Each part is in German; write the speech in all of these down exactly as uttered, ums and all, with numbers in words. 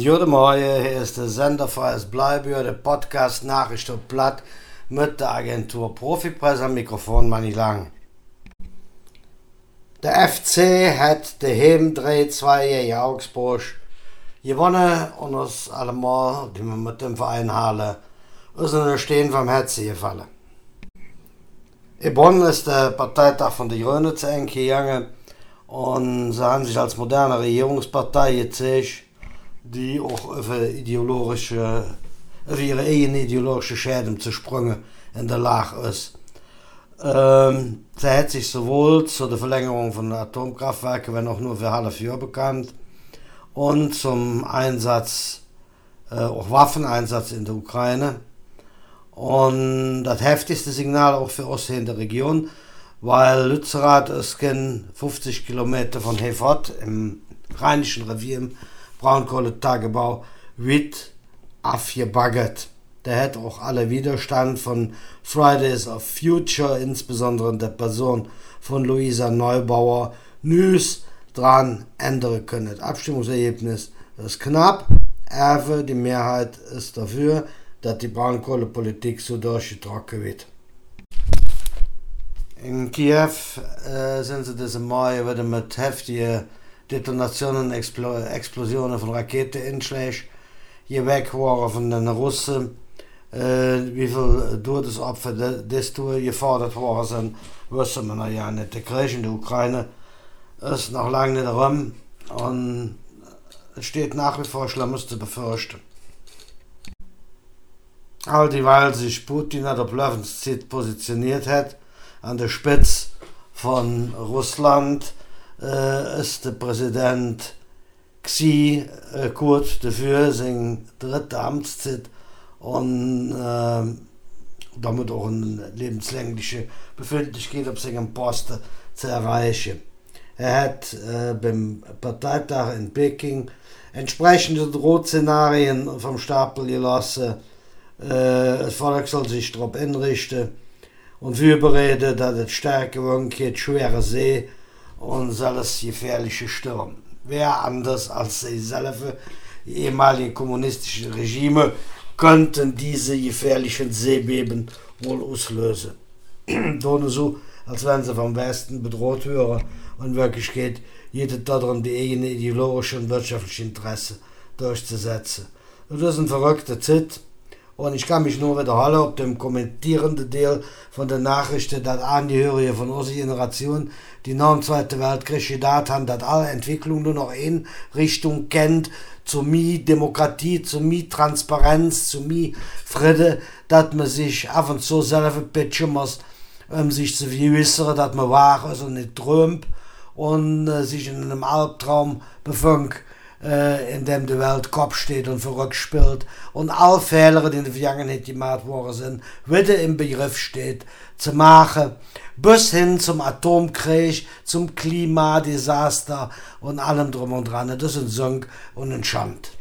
Gute Morgen, hier ist der Sender Freies Bleibür, der Podcast Nachricht und Blatt mit der Agentur Profipresse am Mikrofon Manni Lang. Der F C hat den Heimdreh zwei gegen Augsburg gewonnen und uns allemal, die wir mit dem Verein haben, ist in den Stehen vom Herzen gefallen. In Bonn ist der Parteitag von der Grünen zu Ende gegangen und sie haben sich als moderne Regierungspartei gezeigt, die auch über, ideologische, über ihre eigenen ideologischen Schäden zu springen in der Lage ist. Ähm, sie hat sich sowohl zu der Verlängerung von Atomkraftwerken, wenn auch nur für halb Jahr bekannt, und zum Einsatz, äh, auch Waffeneinsatz in der Ukraine. Und das heftigste Signal auch für uns hier in der Region, weil Lützerath ist fünfzig Kilometer von Herford im Rheinischen Revier im Braunkohletagebau wird aufgebaggert. Der hat auch alle Widerstand von Fridays of Future, insbesondere der Person von Luisa Neubauer, nüs dran ändern können. Das Abstimmungsergebnis ist knapp, aber die Mehrheit ist dafür, dass die Braunkohlepolitik so durchgetragen wird. In Kiew äh, sind sie diese Morgen wieder mit heftigen Detonationen, Explo- Explosionen von Raketeneinschlägen geweckt worden von den Russen. Äh, wie viele Todesopfer das gefordert worden sind, wissen wir noch ja nicht. Der Krieg in der Ukraine ist noch lange nicht rum und es steht nach wie vor Schlimmes zu befürchten. All dieweil sich Putin an der Blöffenszeit positioniert hat, an der Spitze von Russland, äh, ist der Präsident Xi äh, kurz dafür, seine dritte Amtszeit und äh, damit auch eine lebenslängliche Befindlichkeit auf seinem Posten zu erreichen. Er hat äh, beim Parteitag in Peking entsprechende Drohszenarien vom Stapel gelassen. Äh, das Volk soll sich darauf einrichten und vorbereiten, dass es starke Wind geht, schwere See und alles gefährliche Sturm. Wer anders als dieselbe ehemalige kommunistische Regime könnten diese gefährlichen Seebeben wohl auslösen. Ohne so, als wenn sie vom Westen bedroht wären und in Wirklichkeit geht es darum, die eigenen ideologischen und wirtschaftlichen Interessen durchzusetzen. Das ist ein verrückter Zeit. Und ich kann mich nur wiederholen, ob dem kommentierenden Teil von der Nachrichten, dass Angehörige von unserer Generation, die nach dem Zweiten Weltkrieg gedacht haben, dass alle Entwicklung nur noch in Richtung kennt, zu mehr Demokratie, zu mehr Transparenz, zu mehr Friede, dass man sich ab und zu selber pitchen muss, um sich zu vergewissern, dass man wach ist und nicht träumt und äh, sich in einem Albtraum befindet, Äh, in dem die Welt Kopf steht und verrückt spielt und alle Fehler, die in der Vergangenheit gemacht worden sind, wieder im Begriff steht, zu machen, bis hin zum Atomkrieg, zum Klimadesaster und allem drum und dran. Das ist ein Sunk und ein Schand.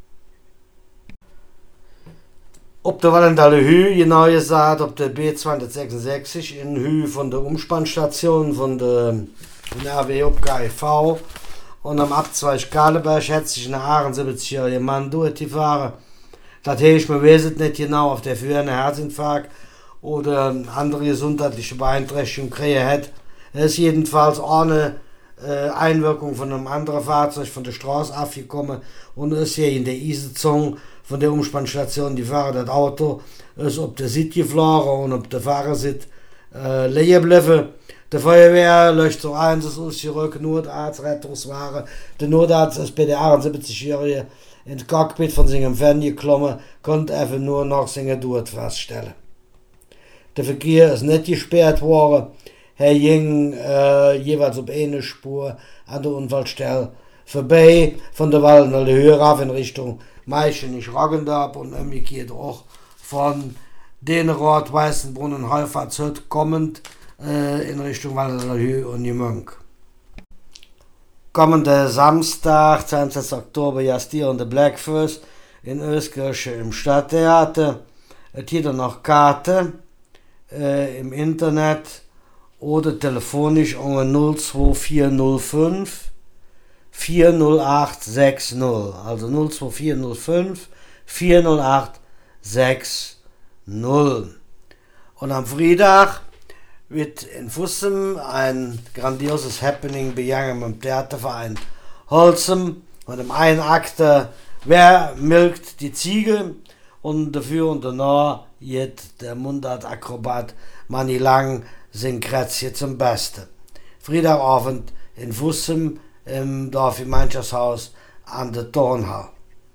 Ob der Wallendaler Hü, genau gesagt, ob der B zweihundertsechsundsechzig in Hü von der Umspannstation von der R W O K V und am Abzweig Kahleberg hat sich ein achtundsiebzigjähriger Mann durchgefahren. Das hätte ich mir weiß nicht genau, auf der für einen Herzinfarkt oder andere gesundheitliche Beeinträchtigung kriegen hat. Er ist jedenfalls ohne äh, Einwirkung von einem anderen Fahrzeug von der Straße abgekommen und ist hier in der Isezung von der Umspannstation. Die Fahrer das Auto ist auf der Sitz geflogen und auf der Fahrersitz äh, liegen geblieben. Die Feuerwehr löscht so eins, ist ausgerückt, Notarzt, Rettungswagen. Der Notarzt ist bei der achtundsiebzigjährigen ins Cockpit von seinem Fan geklommen, konnte einfach nur noch seine Tod feststellen. Der Verkehr ist nicht gesperrt worden. Er ging äh, jeweils auf eine Spur an der Unfallstelle vorbei, von der Waldener Höhe rauf in Richtung Meischenich-Roggendorp und umgekehrt auch von Däneroth, Weißenbrunn und Heufahrtshütte kommend in Richtung Waldener Höhe und Jemönk. Kommende Samstag, zwanzigsten Oktober, jastierende Blackfirst in Öskirche im Stadttheater. Es gibt noch Karten äh, im Internet oder telefonisch unter null zwei vier null fünf vier null acht sechs null, also null zwei vier null fünf vier null acht sechs null. Und am Freitag wird in Fussem ein grandioses Happening begangen mit dem Theaterverein Holzem und im einen Akte Wer milkt die Ziege und dafür und danach geht der Mundartakrobat Manni Lang sein Krätzchen zum Besten. Freitagabend in Fussem im Dorfgemeinschaftshaus an der Turnhall.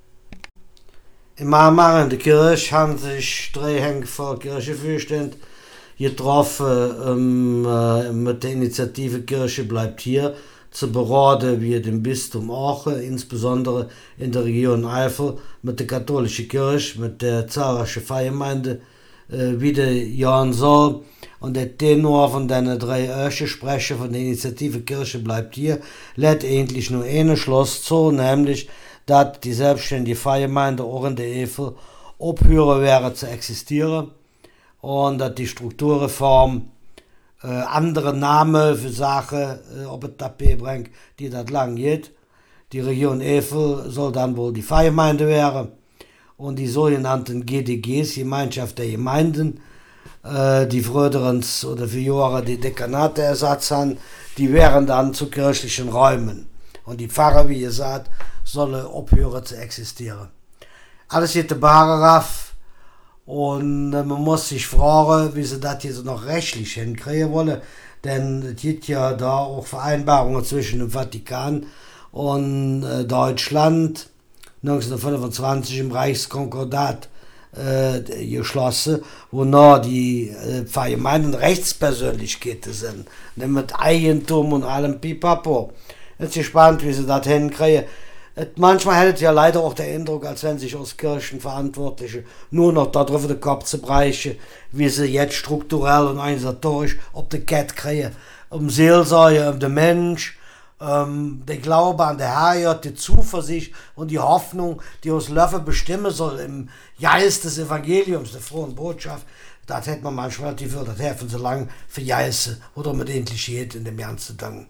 In Marmar in der Kirche haben sich drei Hänge vor Kirchenvorstand getroffen ähm, äh, mit der Initiative Kirche bleibt hier zu beraten, wie dem Bistum Aachen, insbesondere in der Region Eifel, mit der katholischen Kirche, mit der zahlreichen Pfarrgemeinde äh, wieder jahren soll. Und der Tenor von den drei Kirchensprecher von der Initiative Kirche bleibt hier, lädt eigentlich nur ein Schloss zu, nämlich, dass die selbstständige Pfarrgemeinde auch in der Eifel aufhören wäre zu existieren und dass die Strukturreform äh, andere Namen für Sachen äh, auf das Tapet bringt, die das lang geht. Die Region Eifel soll dann wohl die Pfarrgemeinde werden und die sogenannten G D Gs, Gemeinschaft der Gemeinden, äh, die früherens oder für Jahre die Dekanate Ersatz haben, die wären dann zu kirchlichen Räumen. Und die Pfarrer, wie gesagt, sollen aufhören zu existieren. Alles geht der Bare raff. Und äh, man muss sich fragen, wie sie das jetzt noch rechtlich hinkriegen wollen. Denn es gibt ja da auch Vereinbarungen zwischen dem Vatikan und äh, Deutschland neunzehnhundertfünfundzwanzig im Reichskonkordat äh, geschlossen, wonach die äh, Pfarrgemeinden Rechtspersönlichkeiten sind. Mit Eigentum und allem Pipapo. Jetzt gespannt, wie sie das hinkriegen. Manchmal hätte ja leider auch der Eindruck, als wenn sich aus Kirchenverantwortliche nur noch darüber den Kopf zu brechen, wie sie jetzt strukturell und organisatorisch auf die Kette kriegen. Um Seelsorge, um den Mensch, um den Glaube an den Herrgott, die Zuversicht und die Hoffnung, die uns Löffel bestimmen soll im Geist des Evangeliums, der frohen Botschaft. Das hätte man manchmal die will, das helfen so lange für Geiste oder mit endlich geht in dem ganzen Ding.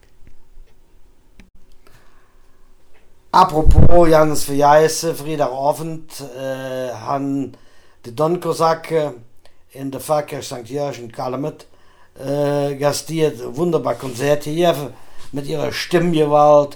Apropos Jans für Jaise, Freitagabend äh, haben die Donkosaken in der Pfarrkirche Sankt Jörg in Calumet äh, gastiert. Wunderbar Konzert hier mit ihrer Stimmgewalt.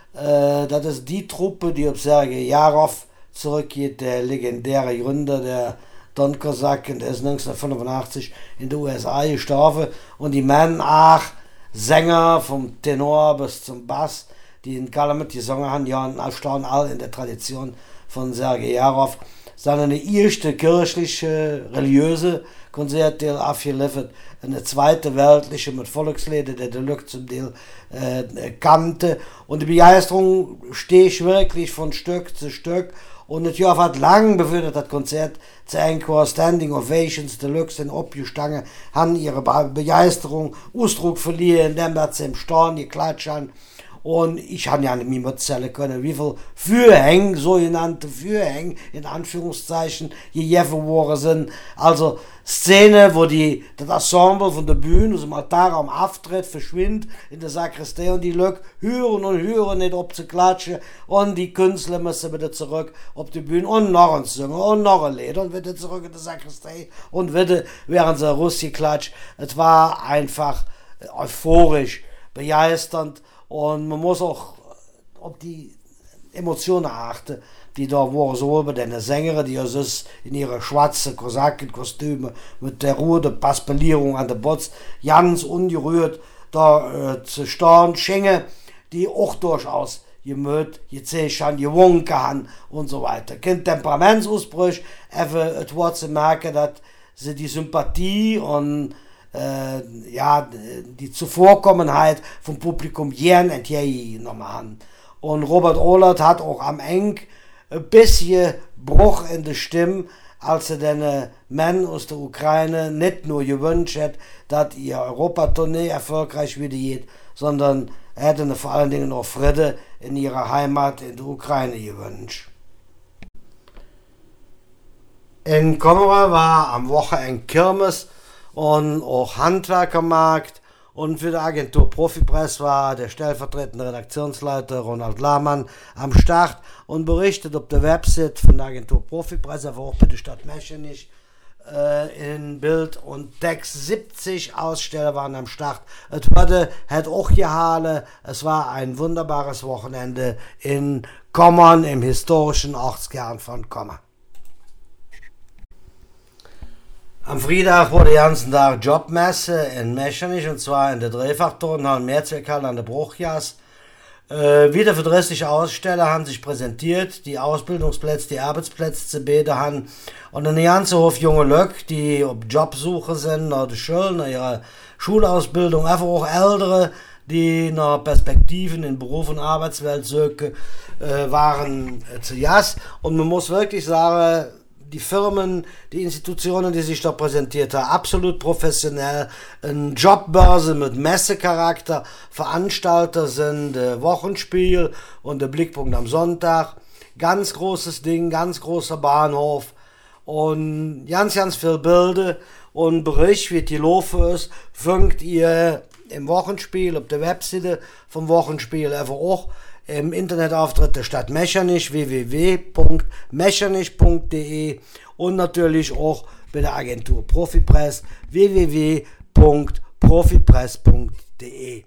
Äh, das ist die Truppe, die auf Sergei Jarov zurückgeht, der legendäre Gründer der Donkosaken, der ist neunzehnhundertfünfundachtzig in den U S A gestorben. Und die Männer auch Sänger vom Tenor bis zum Bass, die in Calumet gesungen haben, ja, stehen alle in der Tradition von Sergei Jarov. Sondern eine erste kirchliche, religiöse Konzert, der aufgeliefert, eine zweite weltliche mit Volkslieder, der Deluxe zum Teil äh, kannte. Und die Begeisterung steht wirklich von Stück zu Stück. Und das Jahr hat lang, bevor das Konzert zu Encore, Standing Ovations, Deluxe in abgestangen, haben ihre Begeisterung Ausdruck verliehen, indem sie im Staunen geklatscht haben. Und ich habe ja nicht mehr erzählen können, wie viel Fürhänge, sogenannte Fürhänge, in Anführungszeichen, gegeben worden sind. Also Szene, wo die, das Ensemble von der Bühne aus dem Altarraum auftritt, verschwindet in der Sakristei und die Leute hören und hören nicht, ob sie klatschen. Und die Künstler müssen wieder zurück auf die Bühne und noch ein singen und noch ein Lied und wieder zurück in der Sakristei und wieder während sie Russi klatscht. Es war einfach euphorisch, begeisternd. Und man muss auch auf die Emotionen achten, die da waren, so über den Sängerin, die also in ihre schwarzen Kosakenkostüme mit der roten Paspellierung an der Bots ganz ungerührt da äh, zu stehen, Schengen, die auch durchaus gemüht, gezählt haben, gewunken haben und so weiter. Kein Temperamentsausbruch, einfach etwas zu merken, dass sie die Sympathie und Äh, ja, die Zuvorkommenheit vom Publikum gern entgegengenommen haben. Und Robert Ohlert hat auch am Ende ein bisschen Bruch in der Stimme, als er den äh, Mann aus der Ukraine nicht nur gewünscht hat, dass ihr Europatournee erfolgreich wieder geht, sondern er hätte vor allen Dingen auch Friede in ihrer Heimat in der Ukraine gewünscht. In Kommera war am Wochenende Kirmes und auch Handwerkermarkt Und für die Agentur Profipress war der stellvertretende Redaktionsleiter Ronald Lahmann am Start und berichtet auf der Website von der Agentur Profipress, aber auch bei der Stadt Mechernich, äh, in Bild und Text. siebzig Aussteller waren am Start. Es wurde, hat auch gehalten. Es war ein wunderbares Wochenende in Kommern, im historischen Ortskern von Kommern. Am Freitag wurde den ganzen Tag Jobmesse in Mechernich, und zwar in der Dreifachturnhalle Mehrzweckhalle an der Bruchjas. Äh, wieder für dreißig Aussteller haben sich präsentiert, die Ausbildungsplätze, die Arbeitsplätze zu bieten haben. Und eine ganze Hof junge Leute, die auf Jobsuche sind, nach der Schule, nach ihrer Schulausbildung, einfach auch Ältere, die nach Perspektiven in Beruf und Arbeitswelt suchen, äh, waren äh, zu Jas. Und man muss wirklich sagen, die Firmen, die Institutionen, die sich da präsentiert haben, absolut professionell, eine Jobbörse mit Messecharakter, Veranstalter sind äh, Wochenspiel und der Blickpunkt am Sonntag, ganz großes Ding, ganz großer Bahnhof und ganz, ganz viel Bilder und Bericht, wie die laufen ist, findet ihr im Wochenspiel, auf der Webseite vom Wochenspiel, einfach auch im Internetauftritt der Stadt Mechernich, w w w punkt mechernich punkt d e, und natürlich auch bei der Agentur Profipress, w w w punkt profipress punkt d e.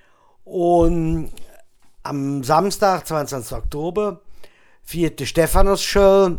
Und am Samstag, zweiundzwanzigsten Oktober, feierte Stephanus-Schule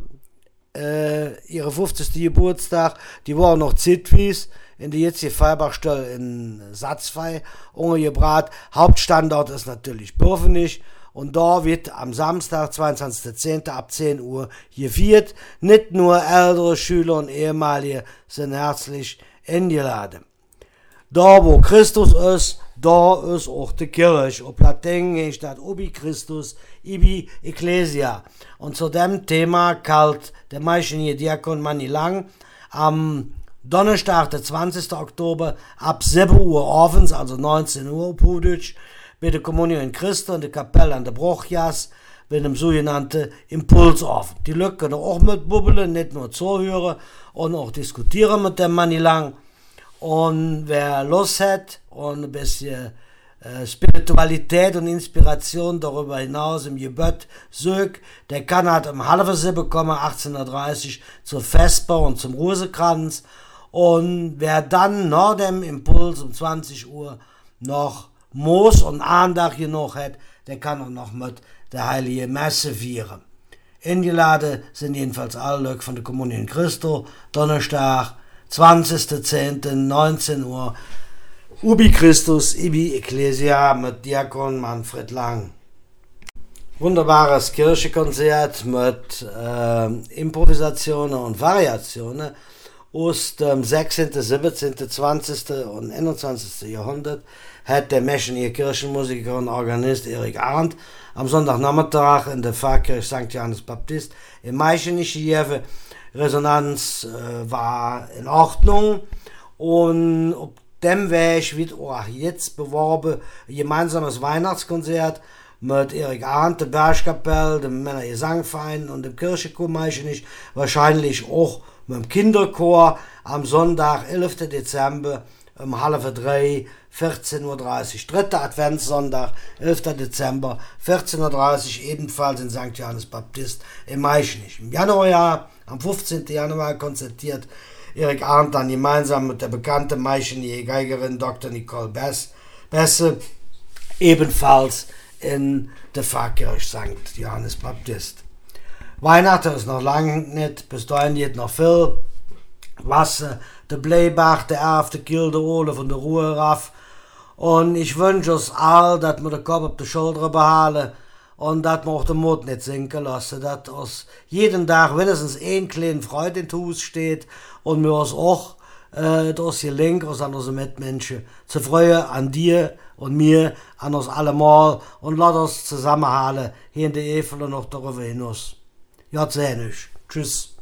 äh, ihre fünfzigsten Geburtstag. Die war noch zeitweise in der jetzigen Feuerbachstelle in Satzfei umgebracht. Hauptstandort ist natürlich Bürvenich. Und da wird am Samstag, zweiundzwanzigsten zehnten ab zehn Uhr gefeiert. Nicht nur ältere Schüler und Ehemalige sind herzlich eingeladen. Da, wo Christus ist, da ist auch die Kirche. Auf Latein steht Ubi Christus, Ibi Ecclesia. Und zu dem Thema kalt der Meischenje Diakon Manni Lang am Donnerstag, der zwanzigsten Oktober, ab sieben Uhr abends, also neunzehn Uhr, Puditsch, bei der Kommunion in Christi und der Kapelle an der Bruchjas, mit dem sogenannten Impulsofen. Die Leute können auch mitbubbeln, nicht nur zuhören und auch diskutieren mit dem Manni Lang. Und wer Lust hat und ein bisschen äh, Spiritualität und Inspiration darüber hinaus im Gebet sucht, der kann halt um halb sieben kommen, achtzehn Uhr dreißig, zur Vesper und zum Rosenkranz. Und wer dann nach dem Impuls um zwanzig Uhr noch Moos und Andach genug hat, der kann auch noch mit der Heiligen Messe feiern. Eingeladen sind jedenfalls alle Leute von der Kommunion Christo, Donnerstag, zwanzigsten zehnten neunzehn Uhr, Ubi Christus, Ibi Ecclesia mit Diakon Manfred Lang. Wunderbares Kirchenkonzert mit äh, Improvisationen und Variationen aus dem sechzehnten, siebzehnten, zwanzigsten und einundzwanzigsten Jahrhundert hat der Mechernich Kirchenmusiker und Organist Erik Arndt am Sonntagnachmittag in der Pfarrkirche Sankt Johannes Baptist in Mechernich gegeben. Resonanz äh, war in Ordnung, und auf dem Weg wird auch jetzt beworben ein gemeinsames Weihnachtskonzert mit Erik Arndt, der Bergkapelle, dem Männergesangverein und dem Kirchenchor Mechernich, wahrscheinlich auch mit dem Kinderchor am Sonntag, elften Dezember um halb drei, vierzehn Uhr dreißig. Dritter Adventssonntag, elften Dezember, vierzehn Uhr dreißig, ebenfalls in Sankt Johannes Baptist in Mechernich. Im Januar, am fünfzehnten Januar, konzertiert Erik Arndt dann gemeinsam mit der bekannten Mechernich Geigerin Doktor Nicole Bess, Besse, ebenfalls in der Pfarrkirche Sankt Johannes Baptist. Weihnachten ist noch lange nicht, bis dahin geht noch viel Wasser, der Bleibach, der Erf, der Kiel, der Ole von der Ruhe rauf. Und ich wünsche uns all, dass wir den Kopf auf die Schulter behalten und dass wir auch den Mut nicht sinken lassen, dass uns jeden Tag wenigstens ein kleine Freude in den Haus steht und wir uns auch äh, das gelingt, uns an unsere Mitmenschen zu freuen, an dir und mir, an uns allemal, und lass uns zusammenhalten, hier in der Eifel und noch darüber hinaus. Ja, sehen euch. Tschüss.